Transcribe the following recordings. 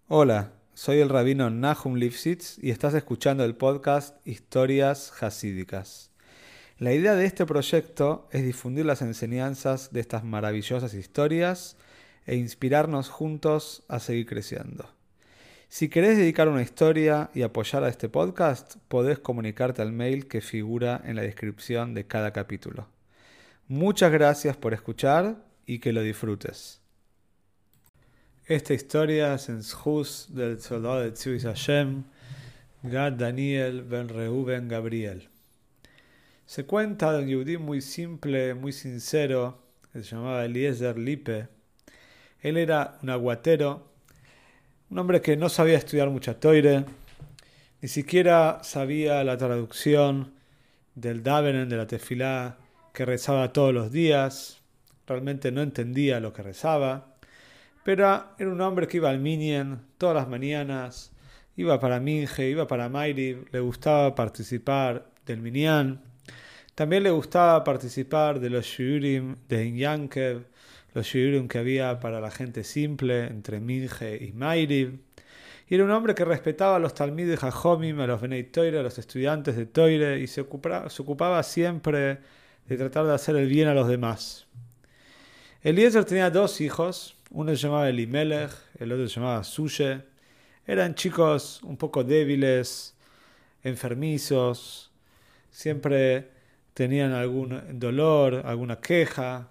Hola, soy el rabino Nahum Lifshitz y estás escuchando el podcast Historias Hasídicas. La idea de este proyecto es difundir las enseñanzas de estas maravillosas historias e inspirarnos juntos a seguir creciendo. Si querés dedicar una historia y apoyar a este podcast, podés comunicarte al mail que figura en la descripción de cada capítulo. Muchas gracias por escuchar y que lo disfrutes. Esta historia es en Zhus del soldado de Tzvi Hashem, Gad Daniel ben Reuben Gabriel. Se cuenta de un yudí muy simple, muy sincero, que se llamaba Eliezer Lippe. Él era un aguatero, un hombre que no sabía estudiar mucha toire, ni siquiera sabía la traducción del Davenen, de la tefilá, que rezaba todos los días. Realmente no entendía lo que rezaba. Pero era un hombre que iba al Minyan todas las mañanas, iba para Minje, iba para Mairiv, le gustaba participar del Minyan. También le gustaba participar de los shiurim de Inyankev, los shiurim que había para la gente simple entre Minje y Mairiv. Y era un hombre que respetaba a los Talmidei Jajomim, a los Benei Toire, a los estudiantes de Toire, y se ocupaba siempre de tratar de hacer el bien a los demás. Eliezer tenía dos hijos, uno se llamaba Elimelech, el otro se llamaba Suye. Eran chicos un poco débiles, enfermizos, siempre tenían algún dolor, alguna queja.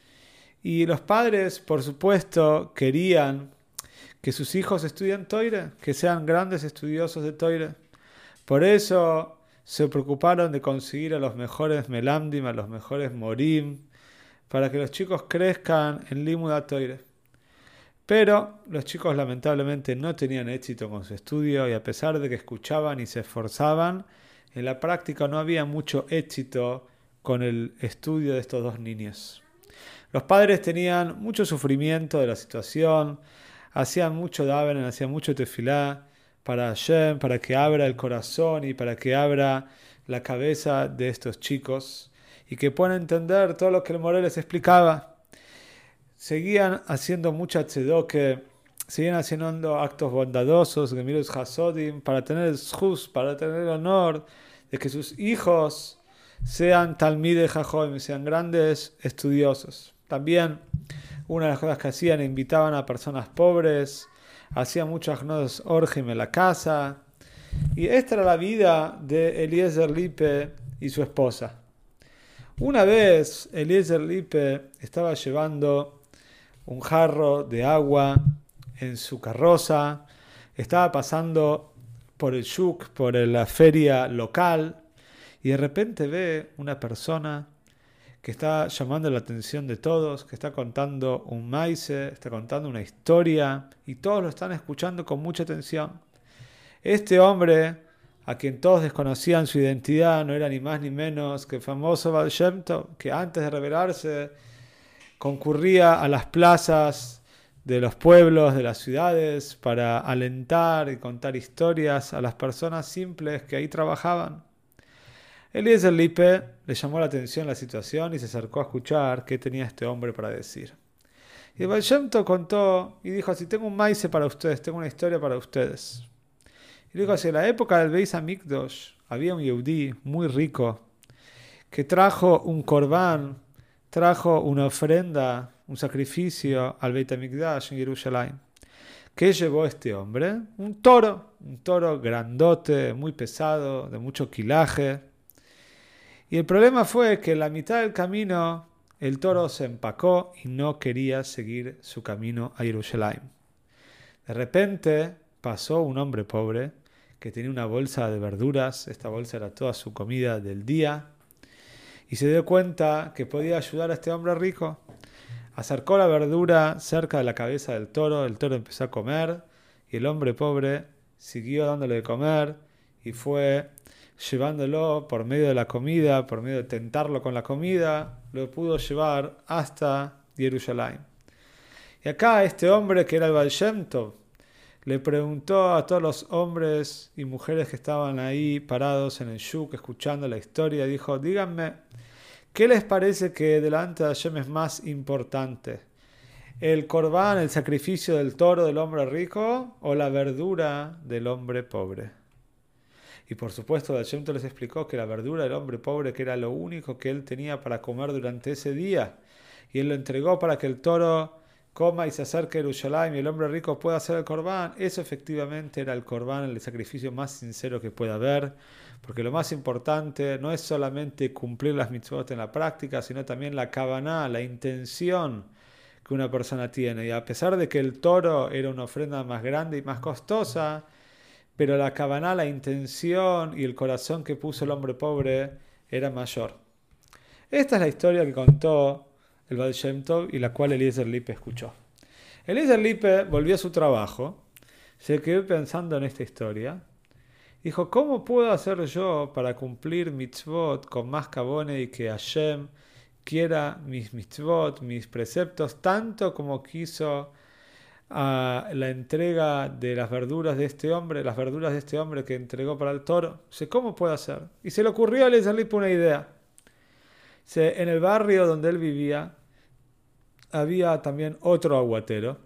Y los padres, por supuesto, querían que sus hijos estudien Toire, que sean grandes estudiosos de Toire. Por eso se preocuparon de conseguir a los mejores Melamdim, a los mejores Morim, para que los chicos crezcan en Limud HaToire. Pero los chicos lamentablemente no tenían éxito con su estudio y a pesar de que escuchaban y se esforzaban, en la práctica no había mucho éxito con el estudio de estos dos niños. Los padres tenían mucho sufrimiento de la situación, hacían mucho daven, hacían mucho tefilá para Hashem, para que abra el corazón y para que abra la cabeza de estos chicos y que puedan entender todo lo que el Moré les explicaba. Seguían haciendo mucha tzedoke, seguían haciendo actos bondadosos, gemilos hasodim, para tener el zhus, para tener el honor de que sus hijos sean talmidei jajom, sean grandes estudiosos. También una de las cosas que hacían, invitaban a personas pobres, hacían muchos agnodos orgim en la casa. Y esta era la vida de Eliezer Lippe y su esposa. Una vez Eliezer Lippe estaba llevando un jarro de agua en su carroza, estaba pasando por el shuk, por la feria local, y de repente ve una persona que está llamando la atención de todos, que está contando un maise, está contando una historia, y todos lo están escuchando con mucha atención. Este hombre, a quien todos desconocían su identidad, no era ni más ni menos que el famoso Baal Shem Tov, que antes de revelarse concurría a las plazas de los pueblos, de las ciudades, para alentar y contar historias a las personas simples que ahí trabajaban. Eliezer Lippe le llamó la atención la situación y se acercó a escuchar qué tenía este hombre para decir. Y el Baal Shem Tov contó y dijo así: tengo un maíz para ustedes, tengo una historia para ustedes. Y dijo así: en la época del Beis Hamikdash había un yehudí muy rico que trajo un corbán, trajo una ofrenda, un sacrificio al Beit HaMikdash en Jerusalén. ¿Qué llevó este hombre? Un toro grandote, muy pesado, de mucho quilaje. Y el problema fue que en la mitad del camino el toro se empacó y no quería seguir su camino a Jerusalén. De repente pasó un hombre pobre que tenía una bolsa de verduras, esta bolsa era toda su comida del día, y se dio cuenta que podía ayudar a este hombre rico. Acercó la verdura cerca de la cabeza del toro, el toro empezó a comer, y el hombre pobre siguió dándole de comer, y fue llevándolo por medio de la comida, por medio de tentarlo con la comida, lo pudo llevar hasta Jerusalén. Y acá este hombre, que era el Baal Shem Tov, le preguntó a todos los hombres y mujeres que estaban ahí parados en el shuk escuchando la historia, dijo: díganme, ¿qué les parece que delante de Hashem es más importante? ¿El corbán, el sacrificio del toro del hombre rico o la verdura del hombre pobre? Y por supuesto, el Shem Tov les explicó que la verdura del hombre pobre, que era lo único que él tenía para comer durante ese día, y él lo entregó para que el toro coma y se acerque a Jerusalén y el hombre rico pueda hacer el corbán. Eso efectivamente era el corbán, el sacrificio más sincero que pueda haber, porque lo más importante no es solamente cumplir las mitzvot en la práctica, sino también la kavaná, la intención que una persona tiene. Y a pesar de que el toro era una ofrenda más grande y más costosa, pero la kavaná, la intención y el corazón que puso el hombre pobre era mayor. Esta es la historia que contó el Baal Shem Tov y la cual Eliezer Lippe escuchó. Eliezer Lippe volvió a su trabajo, se quedó pensando en esta historia, dijo, ¿cómo puedo hacer yo para cumplir mitzvot con más kabone y que Hashem quiera mis mitzvot, mis preceptos, tanto como quiso a la entrega de las verduras de este hombre, las verduras de este hombre que entregó para el toro? Dice, ¿cómo puedo hacer? Y se le ocurrió a Eliezer Lippe una idea. Dice, en el barrio donde él vivía había también otro aguatero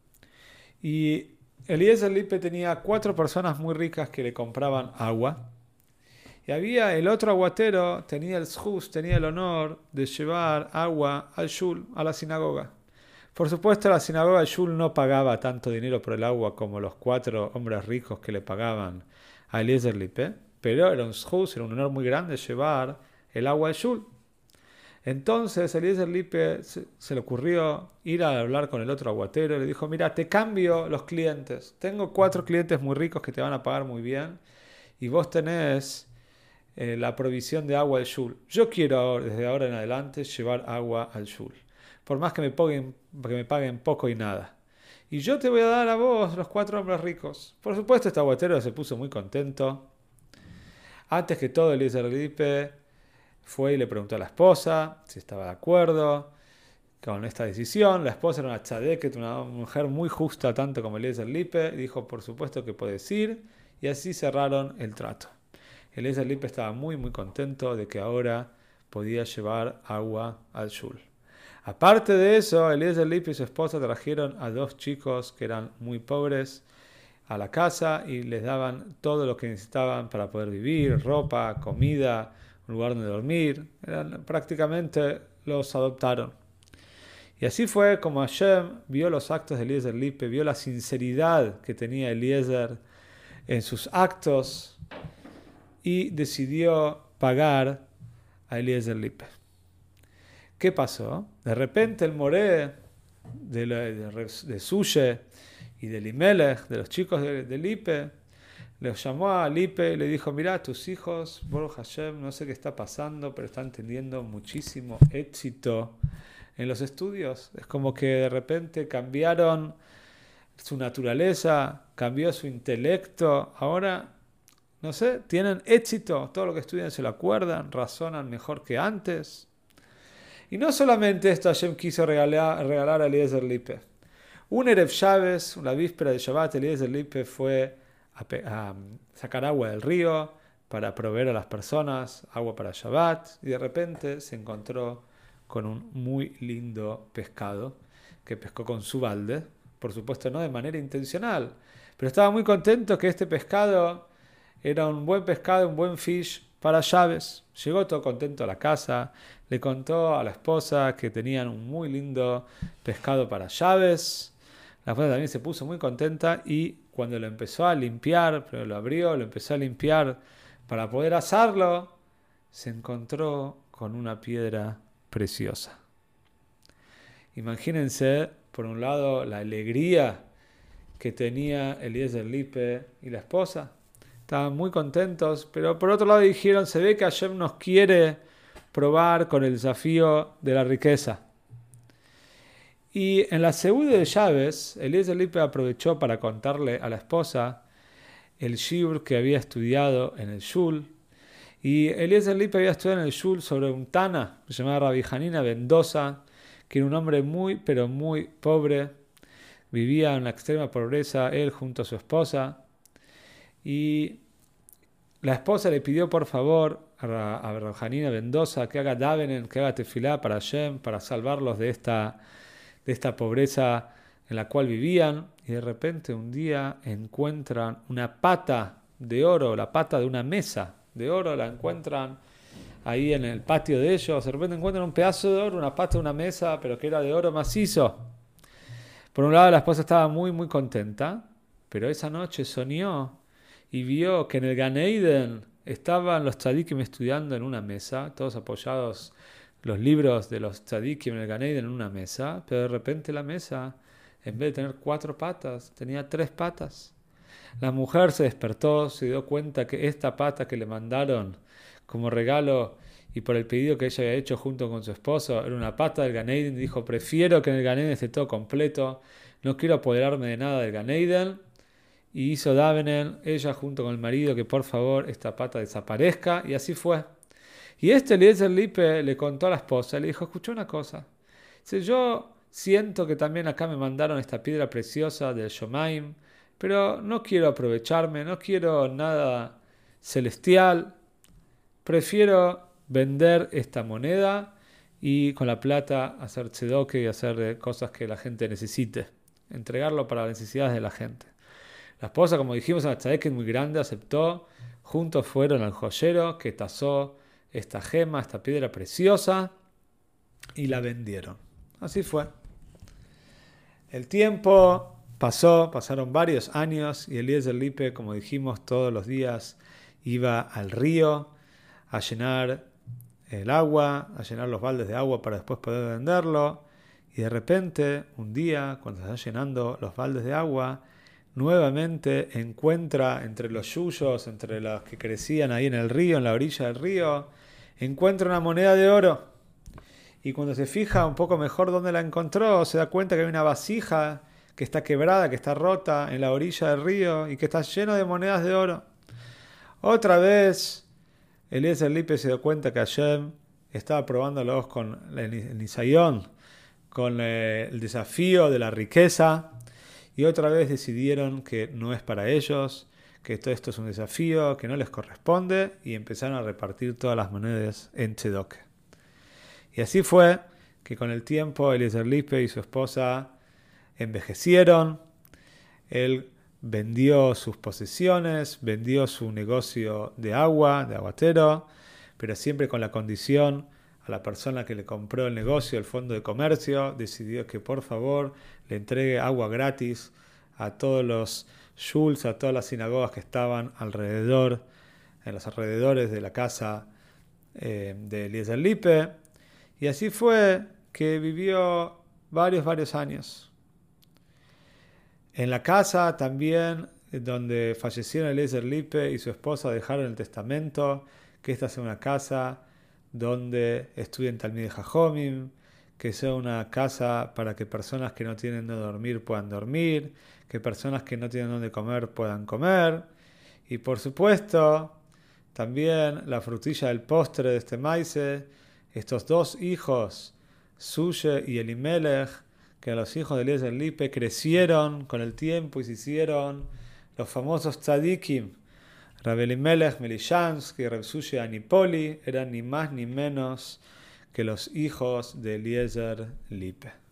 y Eliezer Lippe tenía 4 personas muy ricas que le compraban agua. Y había el otro aguatero, tenía el zhus, tenía el honor de llevar agua al shul, a la sinagoga. Por supuesto, la sinagoga del shul no pagaba tanto dinero por el agua como los 4 hombres ricos que le pagaban a Eliezer Lippe, pero era un zhus, era un honor muy grande llevar el agua al shul. Entonces Eliezer Lippe se le ocurrió ir a hablar con el otro aguatero y le dijo, mira, te cambio los clientes. Tengo 4 clientes muy ricos que te van a pagar muy bien y vos tenés la provisión de agua al shul. Yo quiero desde ahora en adelante llevar agua al shul, por más que me paguen poco y nada. Y yo te voy a dar a vos los 4 hombres ricos. Por supuesto, este aguatero se puso muy contento. Antes que todo, Eliezer Lippe fue y le preguntó a la esposa si estaba de acuerdo con esta decisión. La esposa era una tzadeket, una mujer muy justa, tanto como Eliezer Lippe. Dijo, por supuesto que puedes ir. Y así cerraron el trato. Eliezer Lippe estaba muy contento de que ahora podía llevar agua al shul. Aparte de eso, Eliezer Lippe y su esposa trajeron a 2 chicos que eran muy pobres a la casa y les daban todo lo que necesitaban para poder vivir, ropa, comida, un lugar donde dormir. Prácticamente los adoptaron. Y así fue como Hashem vio los actos de Eliezer Lippe, vio la sinceridad que tenía Eliezer en sus actos y decidió pagar a Eliezer Lippe. ¿Qué pasó? De repente el moré de Suye y de Limelech, de los chicos de Lippe, le llamó a Lippe y le dijo, mira, tus hijos, Baruch Hashem, no sé qué está pasando, pero están teniendo muchísimo éxito en los estudios. Es como que de repente cambiaron su naturaleza, cambió su intelecto, ahora, no sé, tienen éxito, todo lo que estudian se lo acuerdan, razonan mejor que antes. Y no solamente esto Hashem quiso regalar a Eliezer Lippe. Un Erev Shabbos, una víspera de Shabbat, Eliezer Lippe fue a sacar agua del río para proveer a las personas agua para Shabbat y de repente se encontró con un muy lindo pescado que pescó con su balde, por supuesto no de manera intencional, pero estaba muy contento que este pescado era un buen pescado, un buen fish para Shabbos. Llegó todo contento a la casa, le contó a la esposa que tenían un muy lindo pescado para Shabbos. La esposa también se puso muy contenta y cuando lo empezó a limpiar, pero lo abrió, lo empezó a limpiar para poder asarlo, se encontró con una piedra preciosa. Imagínense, por un lado, la alegría que tenía Eliezer Lippe y la esposa. Estaban muy contentos, pero por otro lado dijeron, se ve que Hashem nos quiere probar con el desafío de la riqueza. Y en la segunda de Shabbos, Eliezer Lippe aprovechó para contarle a la esposa el shiur que había estudiado en el shul. Y Eliezer Lippe había estudiado en el shul sobre un Tana, que se llamaba Rabbi Hanina ben Dosa, que era un hombre muy, pero muy pobre. Vivía en la extrema pobreza, él junto a su esposa. Y la esposa le pidió por favor a Rabbi Hanina ben Dosa que haga davenen, que haga tefilá para Hashem, para salvarlos de esta de esta pobreza en la cual vivían, y de repente un día encuentran una pata de oro, la pata de una mesa de oro, la encuentran ahí en el patio de ellos. De repente encuentran un pedazo de oro, una pata de una mesa, pero que era de oro macizo. Por un lado la esposa estaba muy muy contenta, pero esa noche soñó y vio que en el Gan Eden estaban los tzadikim estudiando en una mesa, todos apoyados los libros de los tzadikim en el Gan Eden en una mesa, pero de repente la mesa, en vez de tener 4 patas, tenía 3 patas. La mujer se despertó, se dio cuenta que esta pata que le mandaron como regalo y por el pedido que ella había hecho junto con su esposo era una pata del Gan Eden, y dijo: prefiero que en el Gan Eden esté todo completo, no quiero apoderarme de nada del Gan Eden. Y hizo Davenen, ella junto con el marido, que por favor esta pata desaparezca, y así fue. Y Eliezer Lippe le contó a la esposa, le dijo: escuchó una cosa, dice: yo siento que también acá me mandaron esta piedra preciosa del Shomaim, pero no quiero aprovecharme, no quiero nada celestial, prefiero vender esta moneda y con la plata hacer tzedoke y hacer cosas que la gente necesite, entregarlo para las necesidades de la gente. La esposa, como dijimos, una tzadeket muy grande, aceptó. Juntos fueron al joyero que tasó esta gema, esta piedra preciosa, y la vendieron. Así fue. El tiempo pasaron varios años, y Eliezer Lippe, como dijimos, todos los días iba al río a llenar el agua, a llenar los baldes de agua para después poder venderlo. Y de repente, un día, cuando se está llenando los baldes de agua, nuevamente encuentra entre los yuyos, entre los que crecían ahí en el río, en la orilla del río, encuentra una moneda de oro. Y cuando se fija un poco mejor dónde la encontró, se da cuenta que hay una vasija que está quebrada, que está rota en la orilla del río y que está lleno de monedas de oro. Otra vez, Eliezer Lippe se dio cuenta que Hashem estaba probándolos con el nisayón, con el desafío de la riqueza. Y otra vez decidieron que no es para ellos, que todo esto es un desafío, que no les corresponde, y empezaron a repartir todas las monedas en Tzedok. Y así fue que con el tiempo Eliezer Lippe y su esposa envejecieron. Él vendió sus posesiones, vendió su negocio de agua, de aguatero, pero siempre con la condición: a la persona que le compró el negocio, el fondo de comercio, decidió que por favor le entregue agua gratis a todos los shuls, a todas las sinagogas que estaban alrededor, en los alrededores de la casa de Eliezer Lippe. Y así fue que vivió varios años. En la casa también, donde fallecieron Eliezer Lippe y su esposa, dejaron el testamento que esta sea una casa donde estudien Talmidei Jajomim, que sea una casa para que personas que no tienen donde dormir puedan dormir, que personas que no tienen donde comer puedan comer. Y por supuesto, también la frutilla del postre de este maíz, estos 2 hijos, Suye y Elimelech, que los hijos de Eliezer Lippe crecieron con el tiempo y se hicieron los famosos tzadikim. Rab Elimelech Melishansky y Rab Suye Anipoli eran ni más ni menos que los hijos de Eliezer Lippe.